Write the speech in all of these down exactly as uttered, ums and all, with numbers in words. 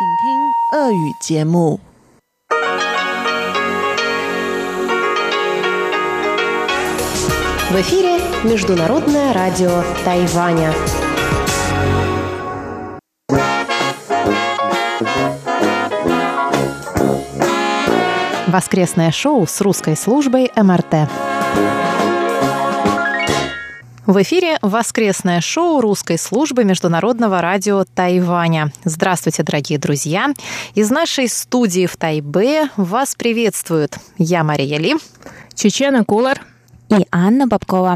В эфире Международное радио Тайваня. Воскресное шоу с русской службой эм эр тэ. В эфире воскресное шоу русской службы Международного радио Тайваня. Здравствуйте, дорогие друзья! Из нашей студии в Тайбе вас приветствуют я, Мария Ли, Чечена Кулар и Анна Бабкова.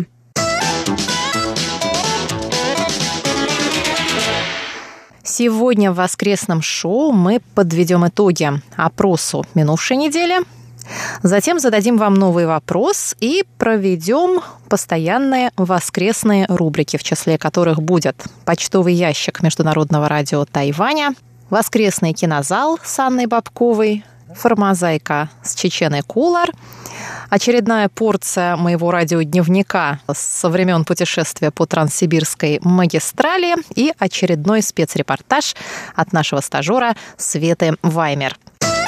Сегодня в воскресном шоу мы подведем итоги опросу минувшей недели. Затем зададим вам новый вопрос и проведем постоянные воскресные рубрики, в числе которых будет почтовый ящик Международного радио Тайваня, воскресный кинозал с Анной Бабковой, формозайка с Чеченой Кулар, очередная порция моего радиодневника со времен путешествия по Транссибирской магистрали и очередной спецрепортаж от нашего стажера Светы Ваймер.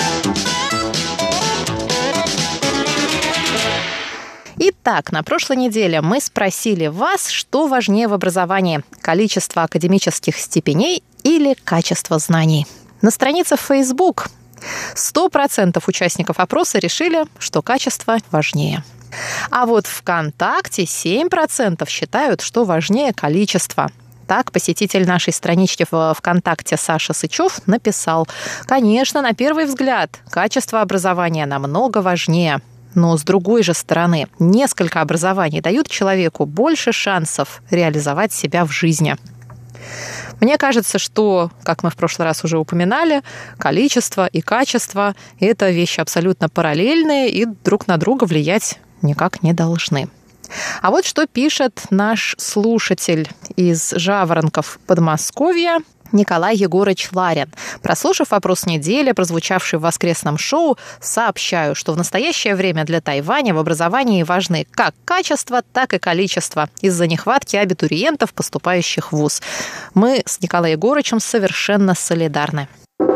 Итак, на прошлой неделе мы спросили вас, что важнее в образовании – количество академических степеней или качество знаний. На странице в Facebook сто процентов участников опроса решили, что качество важнее. А вот ВКонтакте семь процентов считают, что важнее количество. Так, посетитель нашей странички в ВКонтакте Саша Сычев написал: «Конечно, на первый взгляд, качество образования намного важнее. Но, с другой же стороны, несколько образований дают человеку больше шансов реализовать себя в жизни». Мне кажется, что, как мы в прошлый раз уже упоминали, количество и качество – это вещи абсолютно параллельные и друг на друга влиять никак не должны. А вот что пишет наш слушатель из Жаворонков, Подмосковья, Николай Егорыч Ларин. Прослушав вопрос недели, прозвучавший в воскресном шоу, сообщаю, что в настоящее время для Тайваня в образовании важны как качество, так и количество из-за нехватки абитуриентов, поступающих в вуз. Мы с Николаем Егорычем совершенно солидарны.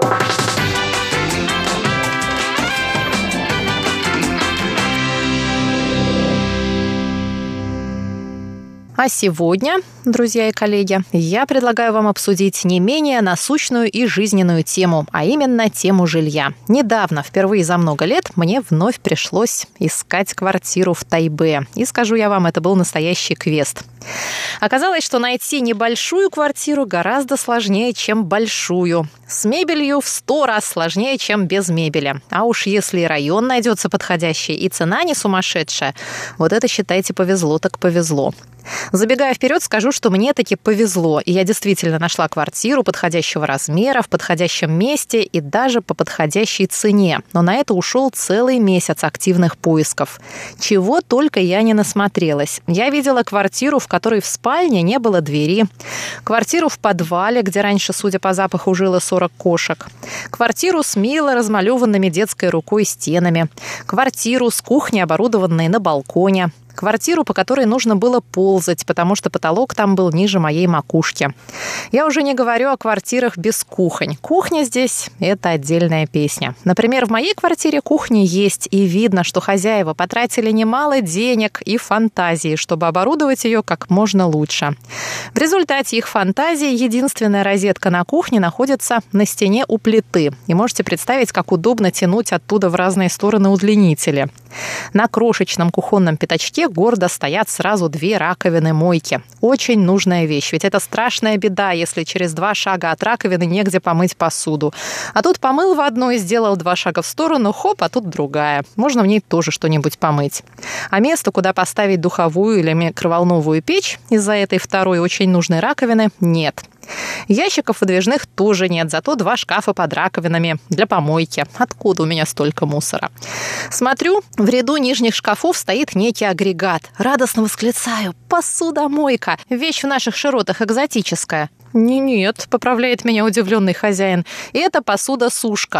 А сегодня, друзья и коллеги, я предлагаю вам обсудить не менее насущную и жизненную тему, а именно тему жилья. Недавно, впервые за много лет, мне вновь пришлось искать квартиру в Тайбе. И скажу я вам, это был настоящий квест. Оказалось, что найти небольшую квартиру гораздо сложнее, чем большую. С мебелью в сто раз сложнее, чем без мебели. А уж если и район найдется подходящий, и цена не сумасшедшая, вот это, считайте, повезло так повезло. Забегая вперед, скажу, что мне таки повезло, и я действительно нашла квартиру подходящего размера, в подходящем месте и даже по подходящей цене. Но на это ушел целый месяц активных поисков. Чего только я не насмотрелась. Я видела квартиру, в которой в спальне не было двери, квартиру в подвале, где раньше, судя по запаху, жило сорок кошек, квартиру с мило размалеванными детской рукой стенами, квартиру с кухней, оборудованной на балконе, квартиру, по которой нужно было ползать, потому что потолок там был ниже моей макушки. Я уже не говорю о квартирах без кухонь. Кухня здесь – это отдельная песня. Например, в моей квартире кухня есть, и видно, что хозяева потратили немало денег и фантазии, чтобы оборудовать ее как можно лучше. В результате их фантазии единственная розетка на кухне находится на стене у плиты. И можете представить, как удобно тянуть оттуда в разные стороны удлинители. На крошечном кухонном пятачке гордо стоят сразу две раковины-мойки. Очень нужная вещь, ведь это страшная беда, если через два шага от раковины негде помыть посуду. А тут помыл в одной, сделал два шага в сторону, хоп, а тут другая. Можно в ней тоже что-нибудь помыть. А место, куда поставить духовую или микроволновую печь из-за этой второй очень нужной раковины, нет. Ящиков выдвижных тоже нет, зато два шкафа под раковинами для помойки. Откуда у меня столько мусора? Смотрю, в ряду нижних шкафов стоит некий агрегат. Радостно восклицаю: посудомойка! Вещь в наших широтах экзотическая. «Не-нет», — поправляет меня удивленный хозяин, — «это посуда-сушка».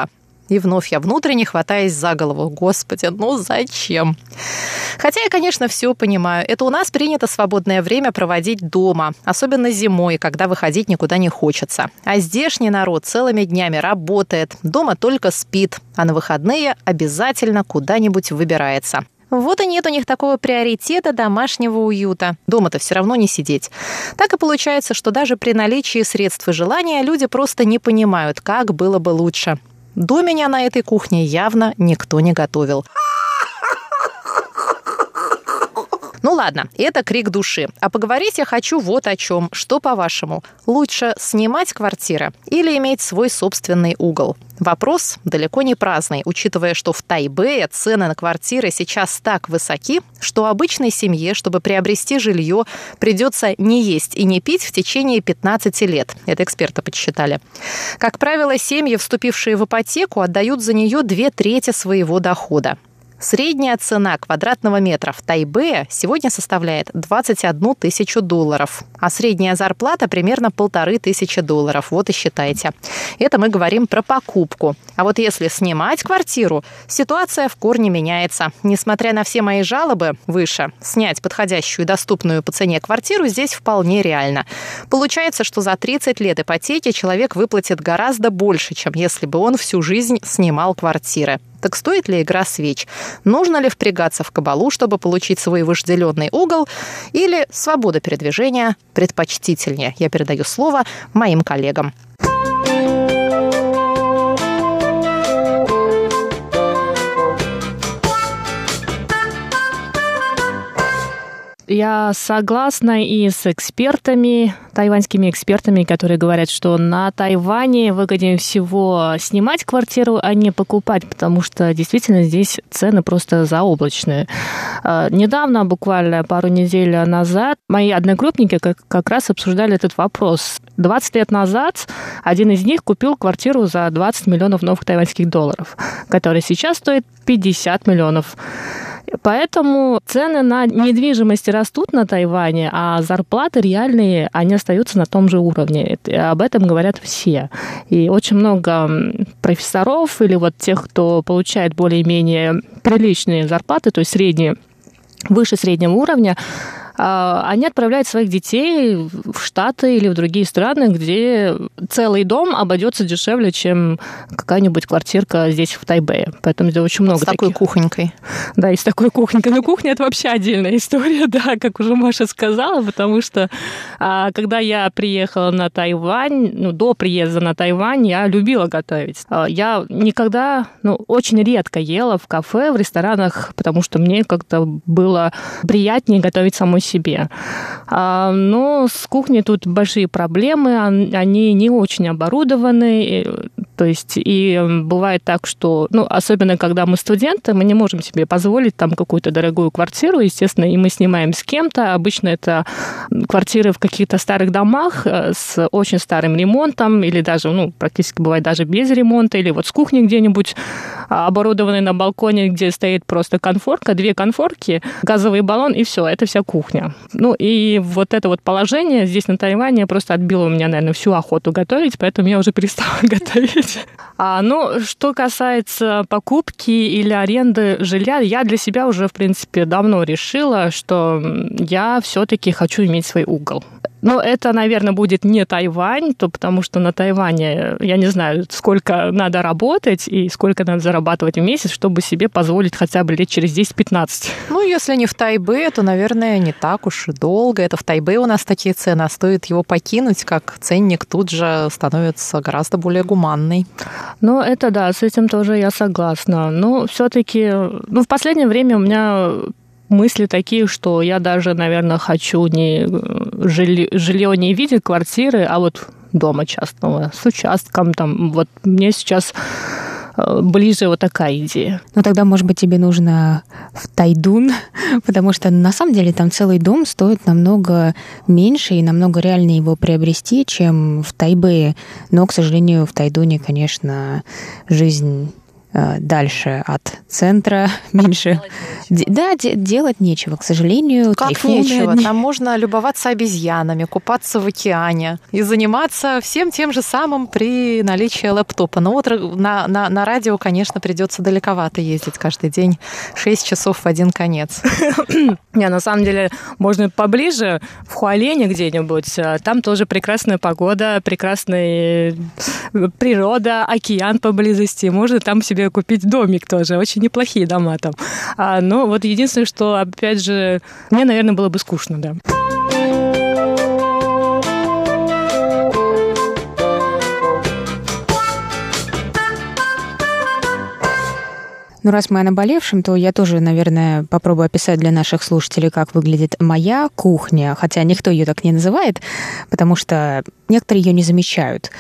И вновь я внутренне хватаюсь за голову. Господи, ну зачем? Хотя я, конечно, все понимаю. Это у нас принято свободное время проводить дома, особенно зимой, когда выходить никуда не хочется. А здешний народ целыми днями работает, дома только спит, а на выходные обязательно куда-нибудь выбирается. Вот и нет у них такого приоритета домашнего уюта. Дома-то все равно не сидеть. Так и получается, что даже при наличии средств и желания люди просто не понимают, как было бы лучше. До меня на этой кухне явно никто не готовил. Ну ладно, это крик души. А поговорить я хочу вот о чем. Что, по-вашему, лучше снимать квартиры или иметь свой собственный угол? Вопрос далеко не праздный, учитывая, что в Тайбэе цены на квартиры сейчас так высоки, что обычной семье, чтобы приобрести жилье, придется не есть и не пить в течение пятнадцати лет. Это эксперты подсчитали. Как правило, семьи, вступившие в ипотеку, отдают за нее две трети своего дохода. Средняя цена квадратного метра в Тайбэе сегодня составляет двадцать одну тысячу долларов, а средняя зарплата примерно полторы тысячи долларов. Вот и считайте. Это мы говорим про покупку. А вот если снимать квартиру, ситуация в корне меняется. Несмотря на все мои жалобы выше, снять подходящую и доступную по цене квартиру здесь вполне реально. Получается, что за тридцать лет ипотеки человек выплатит гораздо больше, чем если бы он всю жизнь снимал квартиры. Так стоит ли игра свеч? Нужно ли впрягаться в кабалу, чтобы получить свой вожделенный угол? Или свобода передвижения предпочтительнее? Я передаю слово моим коллегам. Я согласна и с экспертами, тайваньскими экспертами, которые говорят, что на Тайване выгоднее всего снимать квартиру, а не покупать, потому что действительно здесь цены просто заоблачные. Недавно, буквально пару недель назад, мои одногруппники как, как раз обсуждали этот вопрос. двадцать лет назад один из них купил квартиру за двадцать миллионов новых тайваньских долларов, которая сейчас стоит пятьдесят миллионов. Поэтому цены на недвижимость растут на Тайване, а зарплаты реальные, они остаются на том же уровне. Об этом говорят все. И очень много профессоров или вот тех, кто получает более-менее приличные зарплаты, то есть средние, выше среднего уровня, они отправляют своих детей в Штаты или в другие страны, где целый дом обойдется дешевле, чем какая-нибудь квартирка здесь, в Тайбэе. Поэтому здесь очень много с такой таких. кухонькой. Да, и с такой кухонькой. Но кухня – это вообще отдельная история, да, как уже Маша сказала, потому что когда я приехала на Тайвань, ну, до приезда на Тайвань, я любила готовить. Я никогда, ну, очень редко ела в кафе, в ресторанах, потому что мне как-то было приятнее готовить самой себе. Но с кухней тут большие проблемы, они не очень оборудованы, то есть и бывает так, что, ну, особенно когда мы студенты, мы не можем себе позволить там какую-то дорогую квартиру, естественно, и мы снимаем с кем-то, обычно это квартиры в каких-то старых домах с очень старым ремонтом, или даже, ну, практически бывает даже без ремонта, или вот с кухней где-нибудь оборудованной на балконе, где стоит просто конфорка, две конфорки, газовый баллон, и все, это вся кухня. Ну, и вот это вот положение здесь на Тайване просто отбило у меня, наверное, всю охоту готовить, поэтому я уже перестала готовить. А, ну, что касается покупки или аренды жилья, я для себя уже, в принципе, давно решила, что я все-таки хочу иметь свой угол. Но это, наверное, будет не Тайвань, то потому что на Тайване, я не знаю, сколько надо работать и сколько надо зарабатывать в месяц, чтобы себе позволить хотя бы лет через десять-пятнадцать. Ну, если не в Тайбэе, то, наверное, не так уж и долго. Это в Тайбэе у нас такие цены, а стоит его покинуть, как ценник тут же становится гораздо более гуманный. Ну, это да, с этим тоже я согласна. Но все-таки, ну, в последнее время у меня мысли такие, что я даже, наверное, хочу не жилье, жилье не в виде квартиры, а вот дома частного, с участком. Там. Вот мне сейчас ближе вот такая идея. Ну, тогда, может быть, тебе нужно в Тайдун, потому что, на самом деле, там целый дом стоит намного меньше и намного реальнее его приобрести, чем в Тайбэе. Но, к сожалению, в Тайдуне, конечно, жизнь дальше от центра, меньше... Делать да, де- делать нечего, к сожалению. Как тайфуны нечего? одни. Там можно любоваться обезьянами, купаться в океане и заниматься всем тем же самым при наличии лэптопа. Но вот на, на, на радио, конечно, придется далековато ездить каждый день. Шесть часов в один конец. Не, на самом деле, можно поближе, в Хуалене где-нибудь. Там тоже прекрасная погода, прекрасная природа, океан поблизости. Можно там себе купить домик тоже. Очень неплохие дома там. А, но вот единственное, что, опять же, мне, наверное, было бы скучно, да. Ну, раз мы о наболевшем, то я тоже, наверное, попробую описать для наших слушателей, как выглядит моя кухня, хотя никто ее так не называет, потому что некоторые ее не замечают.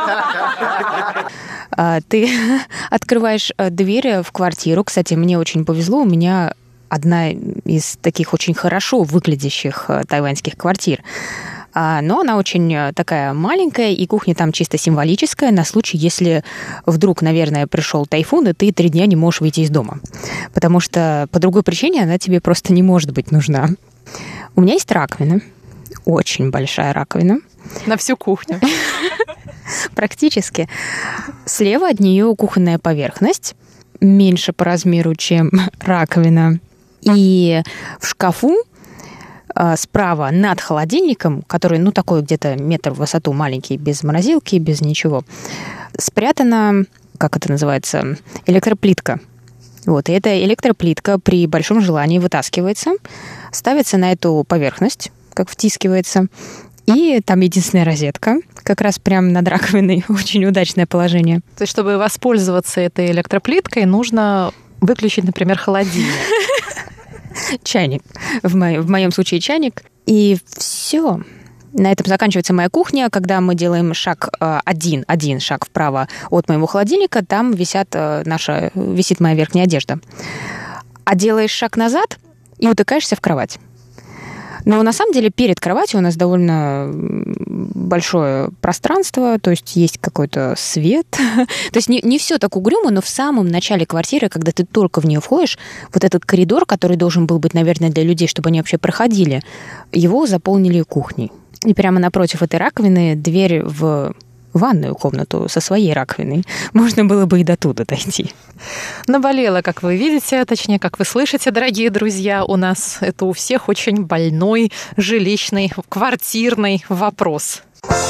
Ты открываешь дверь в квартиру. Кстати, мне очень повезло, у меня одна из таких очень хорошо выглядящих тайваньских квартир. Но она очень такая маленькая, и кухня там чисто символическая на случай, если вдруг, наверное, пришел тайфун, и ты три дня не можешь выйти из дома. Потому что по другой причине она тебе просто не может быть нужна. У меня есть раковина, очень большая раковина. На всю кухню. Практически. Слева от нее кухонная поверхность, меньше по размеру, чем раковина. И в шкафу справа над холодильником, который, ну, такой где-то метр в высоту, маленький, без морозилки, без ничего, спрятана, как это называется, электроплитка. Вот, и эта электроплитка при большом желании вытаскивается, ставится на эту поверхность, как втискивается, и там единственная розетка, как раз прямо над раковиной, очень удачное положение. То есть, чтобы воспользоваться этой электроплиткой, нужно выключить, например, холодильник. Чайник. В, мо- в моем случае чайник. И все. На этом заканчивается моя кухня. Когда мы делаем шаг один, один шаг вправо от моего холодильника, там висят наша, висит моя верхняя одежда. А делаешь шаг назад и утыкаешься в кровать. Но на самом деле перед кроватью у нас довольно большое пространство, то есть есть какой-то свет. То есть не, не все так угрюмо, но в самом начале квартиры, когда ты только в нее входишь, вот этот коридор, который должен был быть, наверное, для людей, чтобы они вообще проходили, его заполнили кухней. И прямо напротив этой раковины дверь в ванную комнату со своей раковиной. Можно было бы и до туда дойти. Наболело, как вы видите, точнее, как вы слышите, дорогие друзья, у нас это у всех очень больной, жилищный, квартирный вопрос.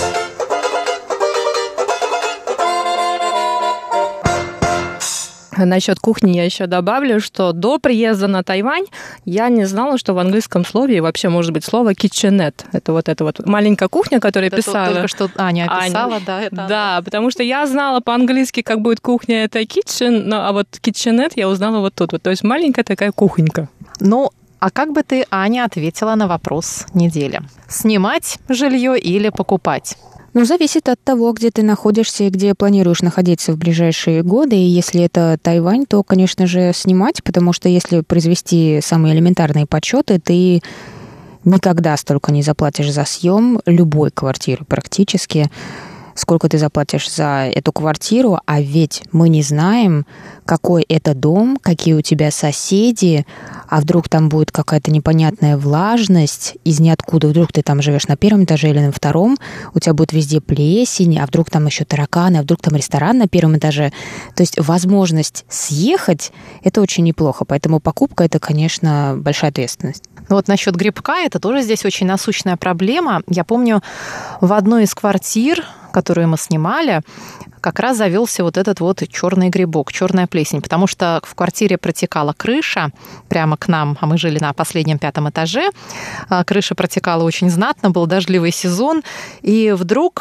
Насчет кухни я еще добавлю, что до приезда на Тайвань я не знала, что в английском слове вообще может быть слово kitchenette. Это вот эта вот маленькая кухня, которую я писала. Только что Аня описала, Аня. да. Это да, она. Потому что я знала по-английски, как будет кухня, это kitchen, но, а вот kitchenette я узнала вот тут. Вот, то есть маленькая такая кухонька. Ну, а как бы ты, Аня, ответила на вопрос недели? Снимать жилье или покупать? Ну, зависит от того, где ты находишься и где планируешь находиться в ближайшие годы. И если это Тайвань, то, конечно же, снимать, потому что если произвести самые элементарные подсчеты, ты никогда столько не заплатишь за съем любой квартиры практически, сколько ты заплатишь за эту квартиру, а ведь мы не знаем, какой это дом, какие у тебя соседи, а вдруг там будет какая-то непонятная влажность из ниоткуда, вдруг ты там живешь на первом этаже или на втором, у тебя будет везде плесень, а вдруг там еще тараканы, а вдруг там ресторан на первом этаже. То есть возможность съехать – это очень неплохо, поэтому покупка – это, конечно, большая ответственность. Ну вот насчет грибка, это тоже здесь очень насущная проблема. Я помню, в одной из квартир, которую мы снимали, как раз завелся вот этот вот черный грибок, черная плесень, потому что в квартире протекала крыша прямо к нам, а мы жили на последнем пятом этаже. Крыша протекала очень знатно, был дождливый сезон, и вдруг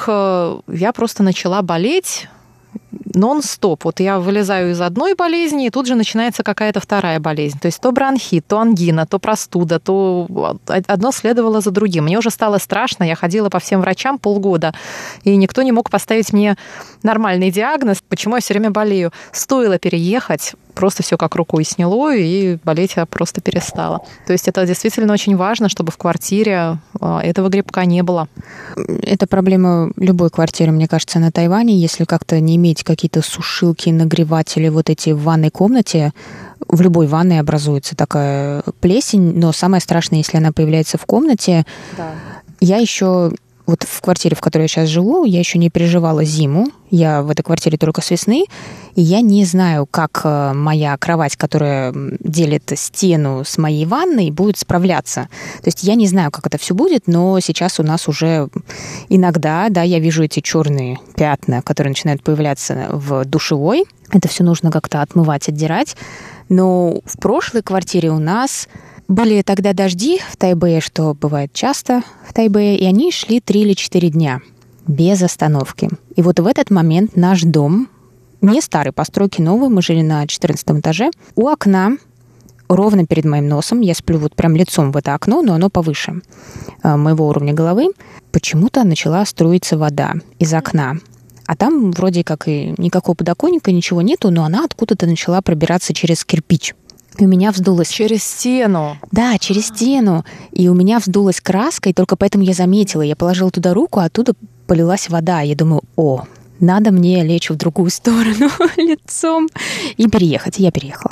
я просто начала болеть нон-стоп. Вот я вылезаю из одной болезни, и тут же начинается какая-то вторая болезнь. То есть то бронхит, то ангина, то простуда, то одно следовало за другим. Мне уже стало страшно, я ходила по всем врачам полгода, и никто не мог поставить мне нормальный диагноз, почему я все время болею. Стоило переехать, просто все как рукой сняло, и болеть я просто перестала. То есть это действительно очень важно, чтобы в квартире этого грибка не было. Это проблема любой квартиры, мне кажется, на Тайване. Если как-то не иметь какие какие-то сушилки, нагреватели вот эти в ванной комнате. В любой ванной образуется такая плесень, но самое страшное, если она появляется в комнате. Да. Я еще... Вот в квартире, в которой я сейчас живу, я еще не переживала зиму. Я в этой квартире только с весны. И я не знаю, как моя кровать, которая делит стену с моей ванной, будет справляться. То есть я не знаю, как это все будет, но сейчас у нас уже иногда, да, я вижу эти черные пятна, которые начинают появляться в душевой. Это все нужно как-то отмывать, отдирать. Но в прошлой квартире у нас... Были тогда дожди в Тайбэе, что бывает часто в Тайбэе, и они шли три или четыре дня без остановки. И вот в этот момент наш дом, не старой постройки, новый, мы жили на четырнадцатом этаже, у окна, ровно перед моим носом, я сплю вот прям лицом в это окно, но оно повыше моего уровня головы, почему-то начала струиться вода из окна. А там вроде как и никакого подоконника, ничего нету, но она откуда-то начала пробираться через кирпич. И у меня вздулась... Через стену? Да, через стену. И у меня вздулась краска, и только поэтому я заметила. Я положила туда руку, а оттуда полилась вода. Я думаю, о, надо мне лечь в другую сторону лицом и переехать. И я переехала.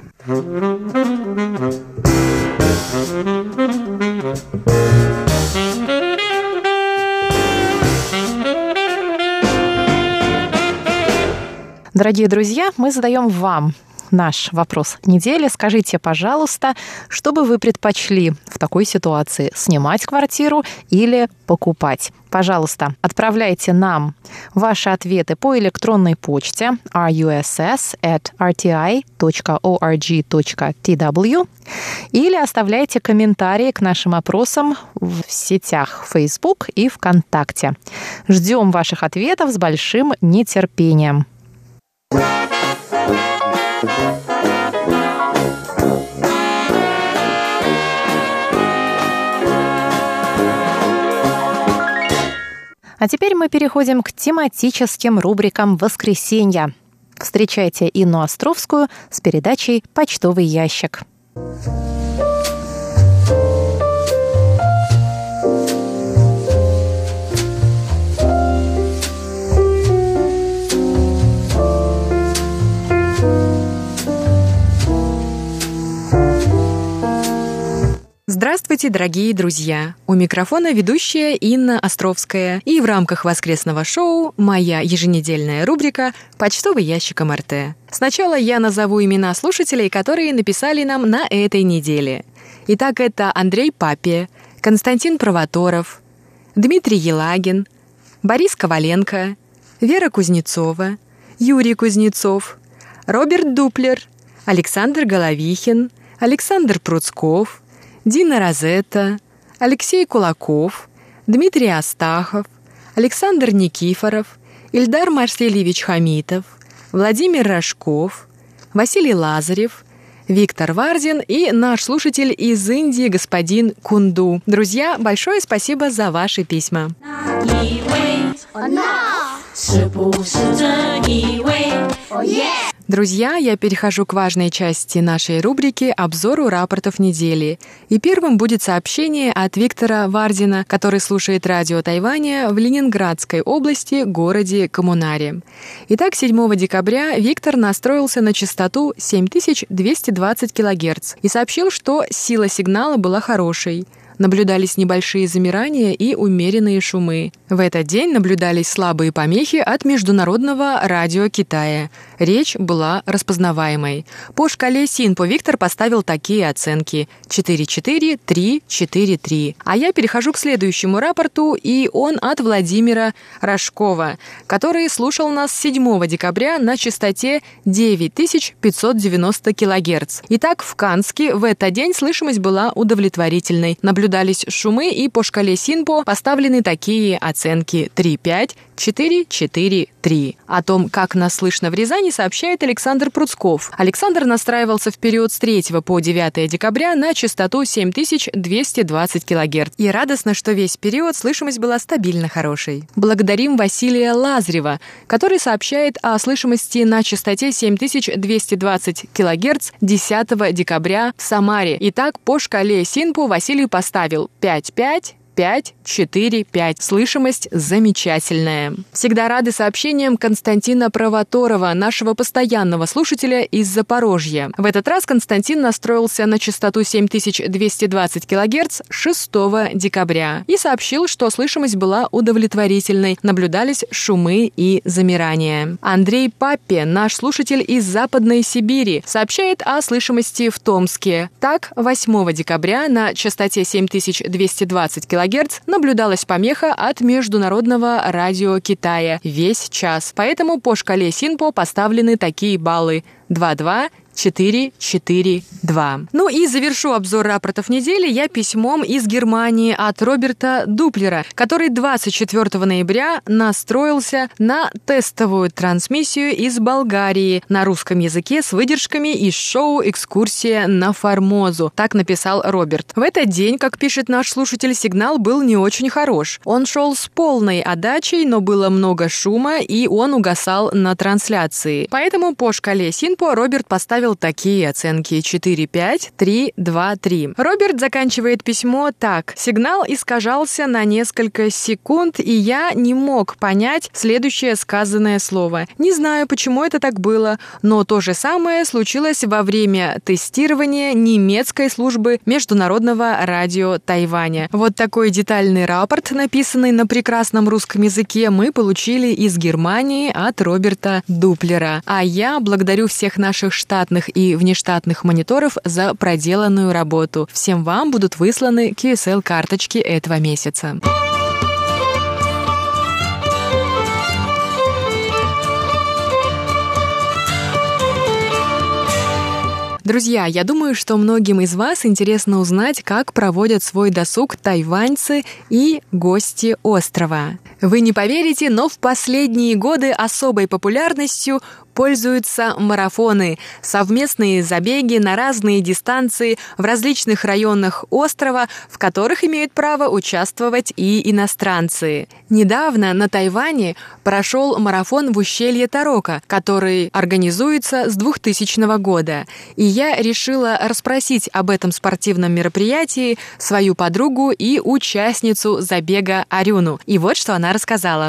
Дорогие друзья, мы задаем вам наш вопрос недели. Скажите, пожалуйста, что бы вы предпочли в такой ситуации? Снимать квартиру или покупать? Пожалуйста, отправляйте нам ваши ответы по электронной почте russ at rti dot org dot tw или оставляйте комментарии к нашим опросам в сетях Facebook и ВКонтакте. Ждем ваших ответов с большим нетерпением. А теперь мы переходим к тематическим рубрикам воскресенья. Встречайте Инну Островскую с передачей «Почтовый ящик». Здравствуйте, дорогие друзья! У микрофона ведущая Инна Островская, и в рамках воскресного шоу моя еженедельная рубрика «Почтовый ящик эм эр тэ». Сначала я назову имена слушателей, которые написали нам на этой неделе. Итак, это Андрей Папе, Константин Провоторов, Дмитрий Елагин, Борис Коваленко, Вера Кузнецова, Юрий Кузнецов, Роберт Дуплер, Александр Головихин, Александр Пруцков, Дина Розетта, Алексей Кулаков, Дмитрий Астахов, Александр Никифоров, Ильдар Марсельевич Хамитов, Владимир Рожков, Василий Лазарев, Виктор Вардин и наш слушатель из Индии господин Кунду. Друзья, большое спасибо за ваши письма. Друзья, я перехожу к важной части нашей рубрики «Обзору рапортов недели». И первым будет сообщение от Виктора Вардина, который слушает радио Тайваня в Ленинградской области, городе Коммунаре. Итак, седьмого декабря Виктор настроился на частоту семь тысяч двести двадцать килогерц и сообщил, что сила сигнала была хорошей. Наблюдались небольшие замирания и умеренные шумы. В этот день наблюдались слабые помехи от Международного радио Китая. Речь была распознаваемой. По шкале Синпо Виктор поставил такие оценки: четыре четыре, три четыре три. А я перехожу к следующему рапорту, и он от Владимира Рожкова, который слушал нас седьмого декабря на частоте девять тысяч пятьсот девяносто килогерц. Итак, в Канске в этот день слышимость была удовлетворительной. Наблюдались шумы, и по шкале Синпо поставлены такие оценки: три пять, четыре четыре три. О том, как нас слышно в Рязани, сообщает Александр Пруцков. Александр настраивался в период с третьего по девятое декабря на частоту семь тысяч двести двадцать килогерц. И радостно, что весь период слышимость была стабильно хорошей. Благодарим Василия Лазарева, который сообщает о слышимости на частоте семь тысяч двести двадцать килогерц десятого декабря в Самаре. Итак, по шкале Синпо Василий поставил пять пять, пять четыре пять. Слышимость замечательная. Всегда рады сообщениям Константина Провоторова, нашего постоянного слушателя из Запорожья. В этот раз Константин настроился на частоту семь тысяч двести двадцать килогерц шестого декабря и сообщил, что слышимость была удовлетворительной, наблюдались шумы и замирания. Андрей Паппе, наш слушатель из Западной Сибири, сообщает о слышимости в Томске. Так, восьмого декабря на частоте семь тысяч двести двадцать килогерц наблюдалась помеха от Международного радио Китая весь час. Поэтому по шкале Синпо поставлены такие баллы: два-два, четыре-четыре-два. Ну и завершу обзор рапортов недели я письмом из Германии от Роберта Дуплера, который двадцать четвёртого ноября настроился на тестовую трансмиссию из Болгарии на русском языке с выдержками из шоу «Экскурсия на Формозу». Так написал Роберт. В этот день, как пишет наш слушатель, сигнал был не очень хорош. Он шел с полной отдачей, но было много шума, и он угасал на трансляции. Поэтому по шкале Синпо Роберт поставил такие оценки: четыре пять, три два три. Роберт заканчивает письмо так: сигнал искажался на несколько секунд, и я не мог понять следующее сказанное слово. Не знаю, почему это так было, но то же самое случилось во время тестирования немецкой службы Международного радио Тайваня. Вот такой детальный рапорт, написанный на прекрасном русском языке, мы получили из Германии от Роберта Дуплера. А я благодарю всех наших штатных и внештатных мониторов за проделанную работу. Всем вам будут высланы кью эс эл-карточки этого месяца. Друзья, я думаю, что многим из вас интересно узнать, как проводят свой досуг тайваньцы и гости острова. Вы не поверите, но в последние годы особой популярностью пользуются марафоны, совместные забеги на разные дистанции в различных районах острова, в которых имеют право участвовать и иностранцы. Недавно на Тайване прошел марафон в ущелье Тарока, который организуется с двухтысячного года. И я решила расспросить об этом спортивном мероприятии свою подругу и участницу забега Арюну. И вот что она рассказала.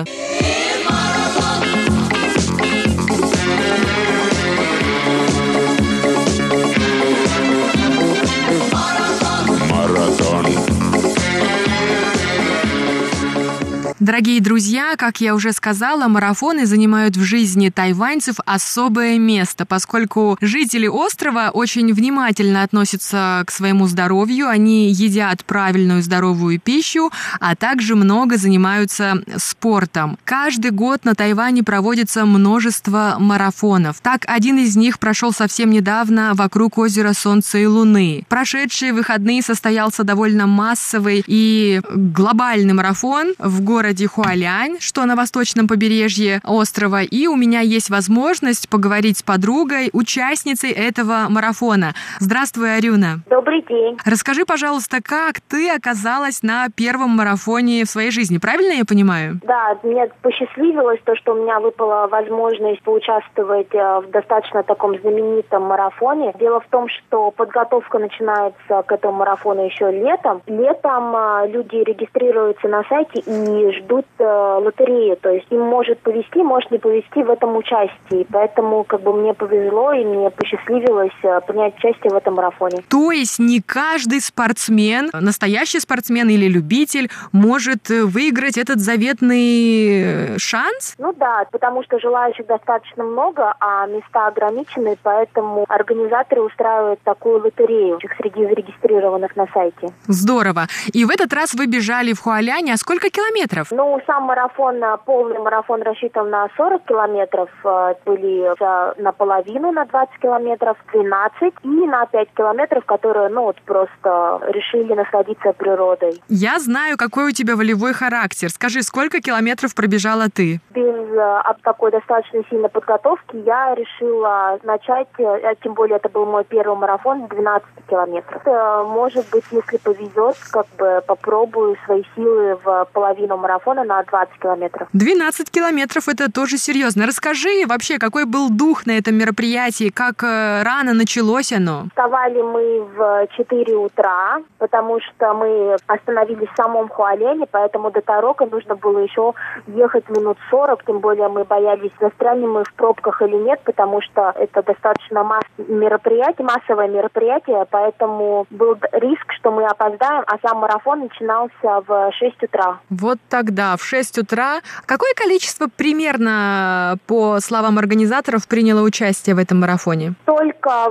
Дорогие друзья, как я уже сказала, марафоны занимают в жизни тайваньцев особое место, поскольку жители острова очень внимательно относятся к своему здоровью, они едят правильную здоровую пищу, а также много занимаются спортом. Каждый год на Тайване проводится множество марафонов. Так, один из них прошел совсем недавно вокруг озера Солнца и Луны. Прошедшие выходные состоялся довольно массовый и глобальный марафон в городе Хуалянь, что на восточном побережье острова, и у меня есть возможность поговорить с подругой, участницей этого марафона. Здравствуй, Арюна. Добрый день. Расскажи, пожалуйста, как ты оказалась на первом марафоне в своей жизни, правильно я понимаю? Да, мне посчастливилось то, что у меня выпала возможность поучаствовать в достаточно таком знаменитом марафоне. Дело в том, что подготовка начинается к этому марафону еще летом. Летом люди регистрируются на сайте и ждут э, лотерею, то есть им может повезти, может не повезти в этом участии, поэтому как бы мне повезло и мне посчастливилось э, принять участие в этом марафоне. То есть не каждый спортсмен, настоящий спортсмен или любитель может выиграть этот заветный шанс? Ну да, потому что желающих достаточно много, а места ограничены, поэтому организаторы устраивают такую лотерею среди зарегистрированных на сайте. Здорово. И в этот раз вы бежали в Хуаляне, а сколько километров? Ну, сам марафон, полный марафон рассчитан на сорок километров, были наполовину на двадцать километров, двенадцать и на пять километров, которые, ну, вот просто решили насладиться природой. Я знаю, какой у тебя волевой характер. Скажи, сколько километров пробежала ты? Без от такой достаточно сильной подготовки я решила начать, тем более это был мой первый марафон, двенадцать километров. Может быть, если повезет, как бы попробую свои силы в половину марафона марафона на двадцать километров. двенадцать километров – это тоже серьезно. Расскажи вообще, какой был дух на этом мероприятии, как рано началось оно? Вставали мы в четыре утра, потому что мы остановились в самом Хуалене, поэтому до Тарока нужно было еще ехать минут сорок, тем более мы боялись, застрянем мы в пробках или нет, потому что это достаточно масс... мероприятие, массовое мероприятие, поэтому был риск, что мы опоздаем, а сам марафон начинался в шесть утра. Вот тогда, в шесть утра. Какое количество примерно, по словам организаторов, приняло участие в этом марафоне? Только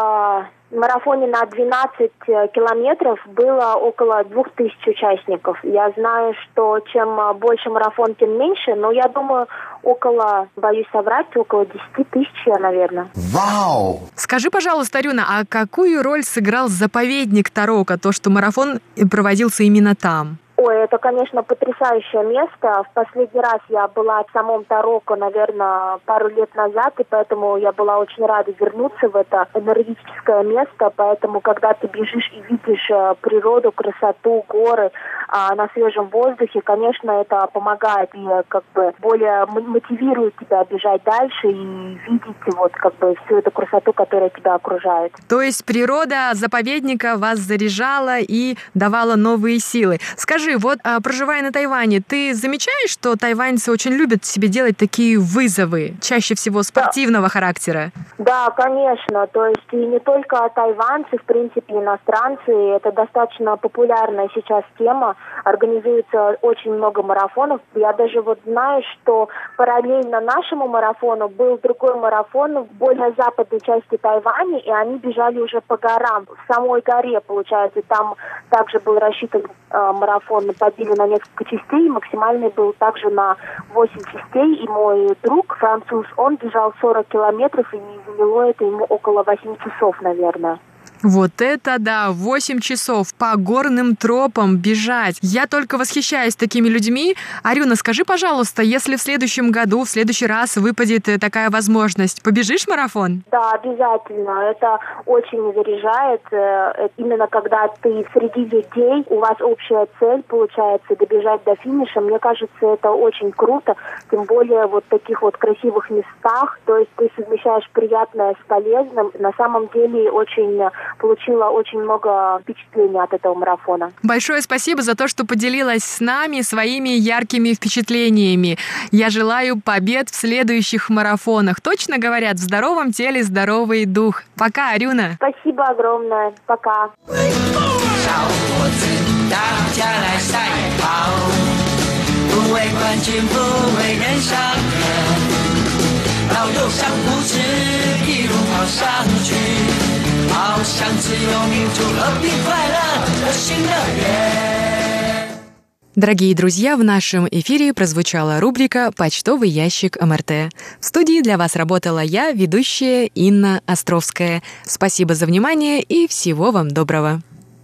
в марафоне на двенадцать километров было около двух тысяч участников. Я знаю, что чем больше марафон, тем меньше, но я думаю, около, боюсь соврать, около десять тысяч, наверное. Вау! Скажи, пожалуйста, Арюна, а какую роль сыграл заповедник Тарока, то, что марафон проводился именно там? Ой, это, конечно, потрясающее место. В последний раз я была в самом Тароко, наверное, пару лет назад, и поэтому я была очень рада вернуться в это энергетическое место. Поэтому, когда ты бежишь и видишь природу, красоту, горы а, на свежем воздухе, конечно, это помогает и как бы более мотивирует тебя бежать дальше и видеть вот как бы всю эту красоту, которая тебя окружает. То есть природа заповедника вас заряжала и давала новые силы. Скажи, вот проживая на Тайване, ты замечаешь, что тайваньцы очень любят себе делать такие вызовы, чаще всего спортивного да. характера? Да, конечно. То есть и не только тайваньцы, в принципе, иностранцы. Это достаточно популярная сейчас тема. Организуется очень много марафонов. Я даже вот знаю, что параллельно нашему марафону был другой марафон в более западной части Тайваня, и они бежали уже по горам, в самой горе, получается. Там также был рассчитан э, марафон, поделили на несколько частей, максимальный был также на восемь частей, и мой друг, француз, он бежал сорок километров, и заняло это ему около восемь часов, наверное. Вот это да, восемь часов по горным тропам бежать. Я только восхищаюсь такими людьми. Арюна, скажи, пожалуйста, если в следующем году, в следующий раз выпадет такая возможность, побежишь марафон? Да, обязательно. Это очень заряжает. Именно когда ты среди людей, у вас общая цель, получается, добежать до финиша. Мне кажется, это очень круто. Тем более вот в таких вот красивых местах. То есть ты совмещаешь приятное с полезным. На самом деле очень... получила очень много впечатлений от этого марафона. Большое спасибо за то, что поделилась с нами своими яркими впечатлениями. Я желаю побед в следующих марафонах. Точно говорят, в здоровом теле здоровый дух. Пока, Арюна. Спасибо огромное. Пока. Дорогие друзья, в нашем эфире прозвучала рубрика «Почтовый ящик МРТ». В студии для вас работала я, ведущая Инна Островская. Спасибо за внимание и всего вам доброго.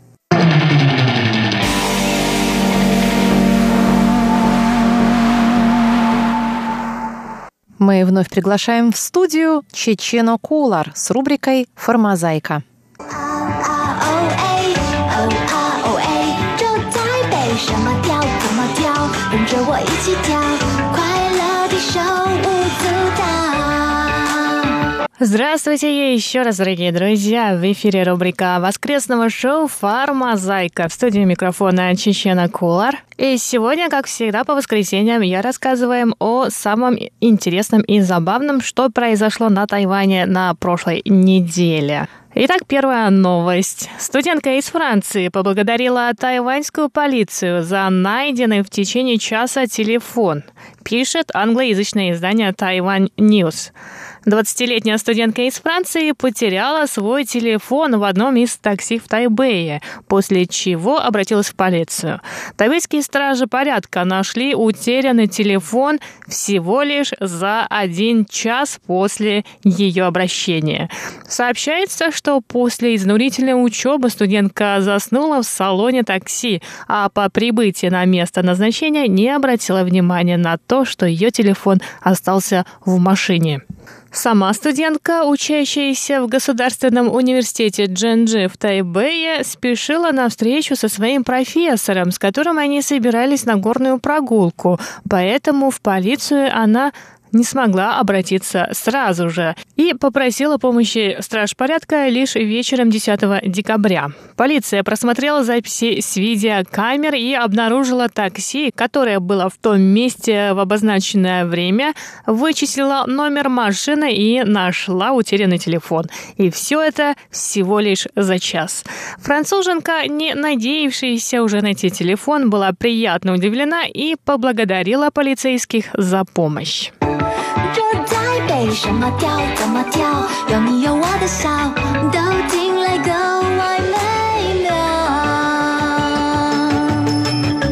Мы вновь приглашаем в студию Чечено Кулар с рубрикой «Формозайка». Здравствуйте еще раз, дорогие друзья! В эфире рубрика воскресного шоу «Формозайка». В студии микрофона Чечено Кулар. И сегодня, как всегда, по воскресеньям я рассказываю о самом интересном и забавном, что произошло на Тайване на прошлой неделе. Итак, первая новость. Студентка из Франции поблагодарила тайваньскую полицию за найденный в течение часа телефон, пишет англоязычное издание Taiwan News. двадцатилетняя студентка из Франции потеряла свой телефон в одном из такси в Тайбэе, после чего обратилась в полицию. Тайбэйские стражи порядка нашли утерянный телефон всего лишь за один час после ее обращения. Сообщается, что после изнурительной учебы студентка заснула в салоне такси, а по прибытии на место назначения не обратила внимания на то, что ее телефон остался в машине. Сама студентка, учащаяся в Государственном университете Чжэнджи в Тайбэе, спешила на встречу со своим профессором, с которым они собирались на горную прогулку, поэтому в полицию она не смогла обратиться сразу же и попросила помощи страж порядка лишь вечером десятого декабря. Полиция просмотрела записи с видеокамер и обнаружила такси, которое было в том месте в обозначенное время, вычислила номер машины и нашла утерянный телефон. И все это всего лишь за час. Француженка, не надеявшаяся уже найти телефон, была приятно удивлена и поблагодарила полицейских за помощь. 这台北什么调怎么跳，有你有我的笑，都进来够完美了。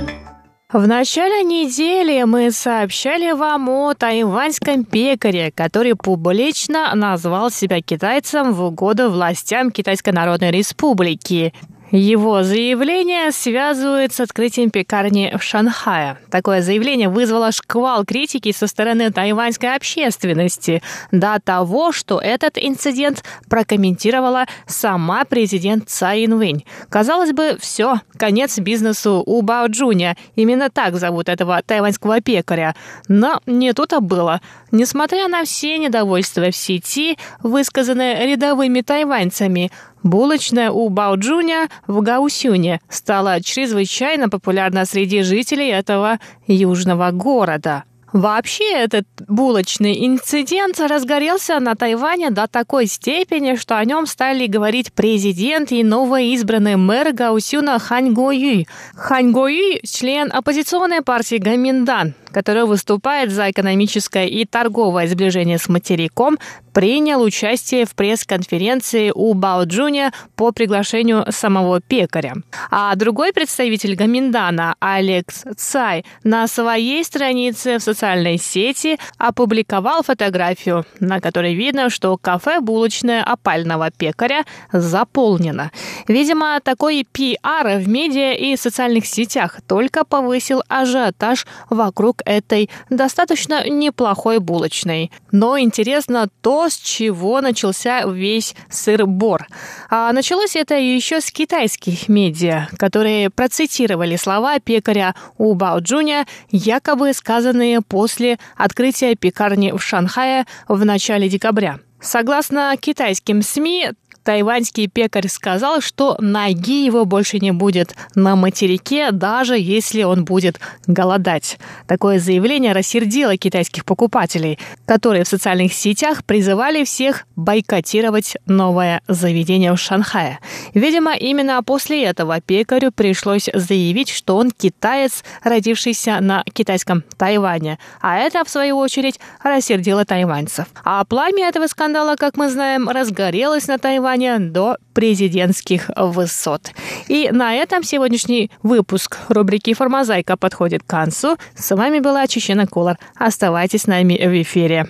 В начале недели мы сообщали вам о тайваньском пекаре, который публично назвал себя китайцем в угоду властям Китайской Народной Республики. Его заявление связывают с открытием пекарни в Шанхае. Такое заявление вызвало шквал критики со стороны тайваньской общественности до того, что этот инцидент прокомментировала сама президент Цай Инвэнь. Казалось бы, все, конец бизнесу у Бао Чжуня. Именно так зовут этого тайваньского пекаря. Но не тут-то было. Несмотря на все недовольства в сети, высказанные рядовыми тайваньцами, булочная у Бао Чжуня в Гаосюне стала чрезвычайно популярна среди жителей этого южного города. Вообще, этот булочный инцидент разгорелся на Тайване до такой степени, что о нем стали говорить президент и новоизбранный мэр Гаосюна Хань Го-Юй. Хань Го-Юй – член оппозиционной партии Гоминдан, который выступает за экономическое и торговое сближение с материком, принял участие в пресс-конференции у Бао Чжуня по приглашению самого пекаря. А другой представитель Гоминдана, Алекс Цай, на своей странице в социальной сети опубликовал фотографию, на которой видно, что кафе булочное опального пекаря заполнено. Видимо, такой пиар в медиа и социальных сетях только повысил ажиотаж вокруг этой достаточно неплохой булочной. Но интересно то, с чего начался весь сыр-бор. А началось это еще с китайских медиа, которые процитировали слова пекаря у Бао Чжуня, якобы сказанные после открытия пекарни в Шанхае в начале декабря. Согласно китайским СМИ, тайваньский пекарь сказал, что ноги его больше не будет на материке, даже если он будет голодать. Такое заявление рассердило китайских покупателей, которые в социальных сетях призывали всех бойкотировать новое заведение в Шанхае. Видимо, именно после этого пекарю пришлось заявить, что он китаец, родившийся на китайском Тайване. А это, в свою очередь, рассердило тайваньцев. А пламя этого скандала, как мы знаем, разгорелось на Тайване до президентских высот. И на этом сегодняшний выпуск рубрики «Формозайка» подходит к концу. С вами была Чечена Кулар. Оставайтесь с нами в эфире.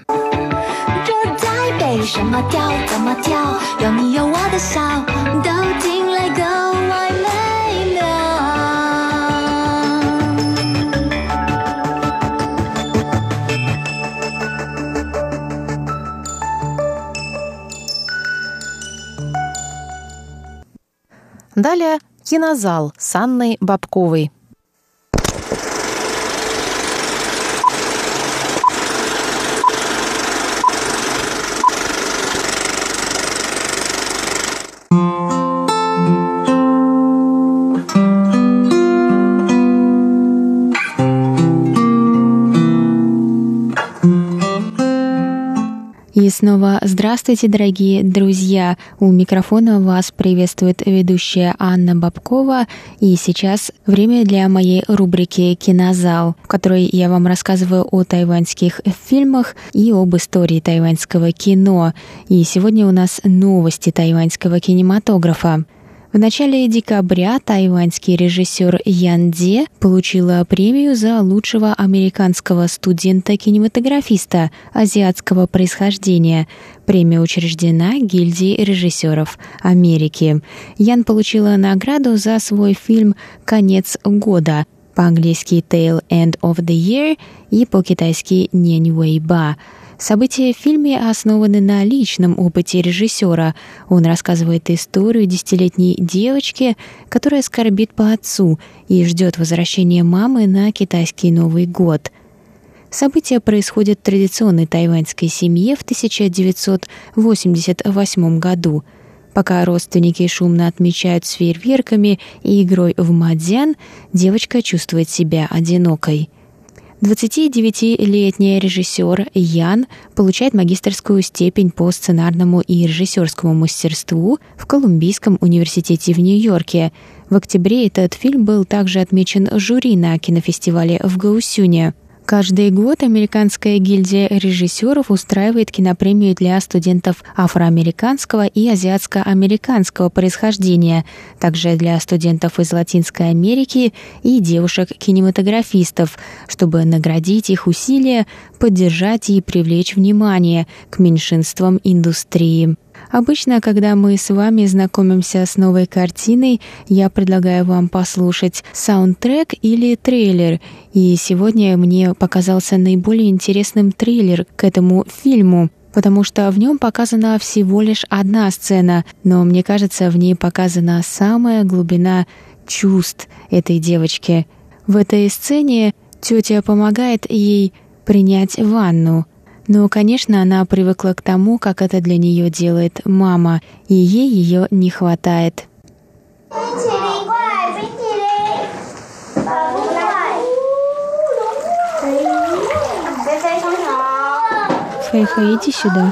Далее «Кинозал» с Анной Бабковой. И снова здравствуйте, дорогие друзья! У микрофона вас приветствует ведущая Анна Бабкова. И сейчас время для моей рубрики «Кинозал», в которой я вам рассказываю о тайваньских фильмах и об истории тайваньского кино. И сегодня у нас новости тайваньского кинематографа. В начале декабря тайваньский режиссер Ян Дзе получила премию за лучшего американского студента-кинематографиста азиатского происхождения. Премия учреждена Гильдией режиссеров Америки. Ян получила награду за свой фильм «Конец года», по-английски «Tail End of the Year» и по-китайски «Нянь Вэй Ба». События в фильме основаны на личном опыте режиссера. Он рассказывает историю десятилетней девочки, которая скорбит по отцу и ждет возвращения мамы на китайский Новый год. События происходят в традиционной тайваньской семье в тысяча девятьсот восемьдесят восьмом году. Пока родственники шумно отмечают с фейерверками и игрой в мадзян, девочка чувствует себя одинокой. двадцатидевятилетний режиссер Ян получает магистерскую степень по сценарному и режиссерскому мастерству в Колумбийском университете в Нью-Йорке. В октябре этот фильм был также отмечен жюри на кинофестивале в Гаосюне. Каждый год Американская гильдия режиссеров устраивает кинопремию для студентов афроамериканского и азиатско-американского происхождения, также для студентов из Латинской Америки и девушек-кинематографистов, чтобы наградить их усилия, поддержать и привлечь внимание к меньшинствам индустрии. Обычно, когда мы с вами знакомимся с новой картиной, я предлагаю вам послушать саундтрек или трейлер. И сегодня мне показался наиболее интересным трейлер к этому фильму, потому что в нем показана всего лишь одна сцена, но мне кажется, в ней показана самая глубина чувств этой девочки. В этой сцене тетя помогает ей принять ванну. Но, конечно, она привыкла к тому, как это для нее делает мама, и ей ее не хватает. Фэй-Фэй, иди сюда.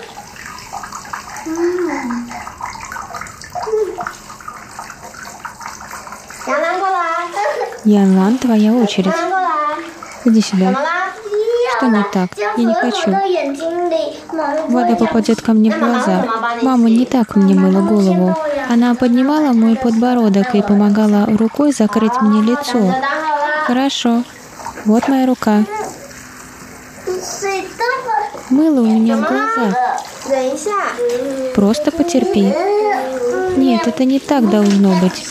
Ян-Лан, твоя очередь. Иди сюда. Что не так? Я не хочу. Вода попадет ко мне в глаза. Мама не так мне мыла голову. Она поднимала мой подбородок и помогала рукой закрыть мне лицо. Хорошо. Вот моя рука. Мыло у меня в глазах. Просто потерпи. Нет, это не так должно быть.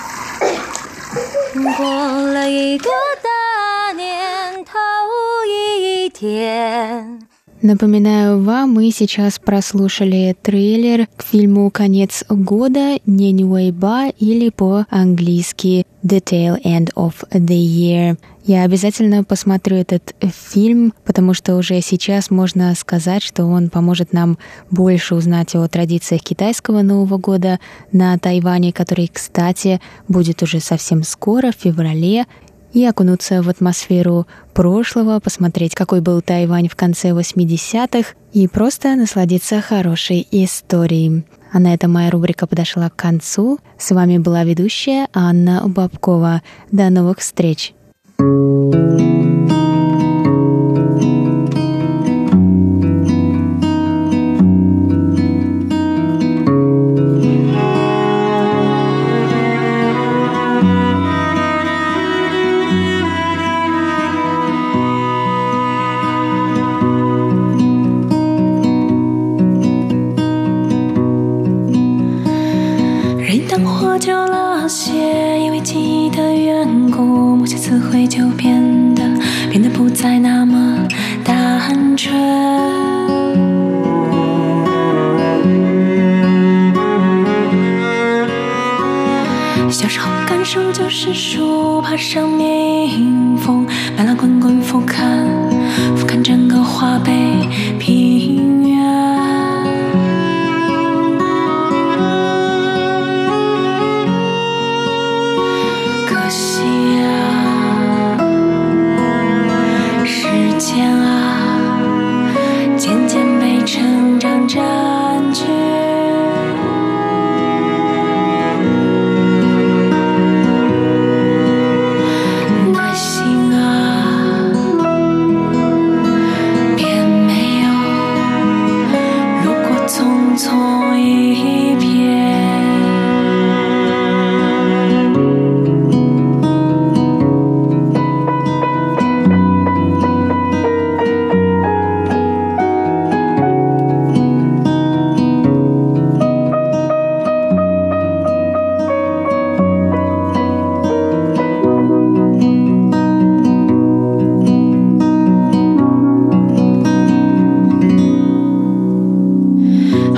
Напоминаю вам, мы сейчас прослушали трейлер к фильму «Конец года» Нэньуэйба или по-английски «The Tail End of the Year». Я обязательно посмотрю этот фильм, потому что уже сейчас можно сказать, что он поможет нам больше узнать о традициях китайского Нового года на Тайване, который, кстати, будет уже совсем скоро, в феврале, и окунуться в атмосферу прошлого, посмотреть, какой был Тайвань в конце восьмидесятых, и просто насладиться хорошей историей. А на этом моя рубрика подошла к концу. С вами была ведущая Анна Бабкова. До новых встреч!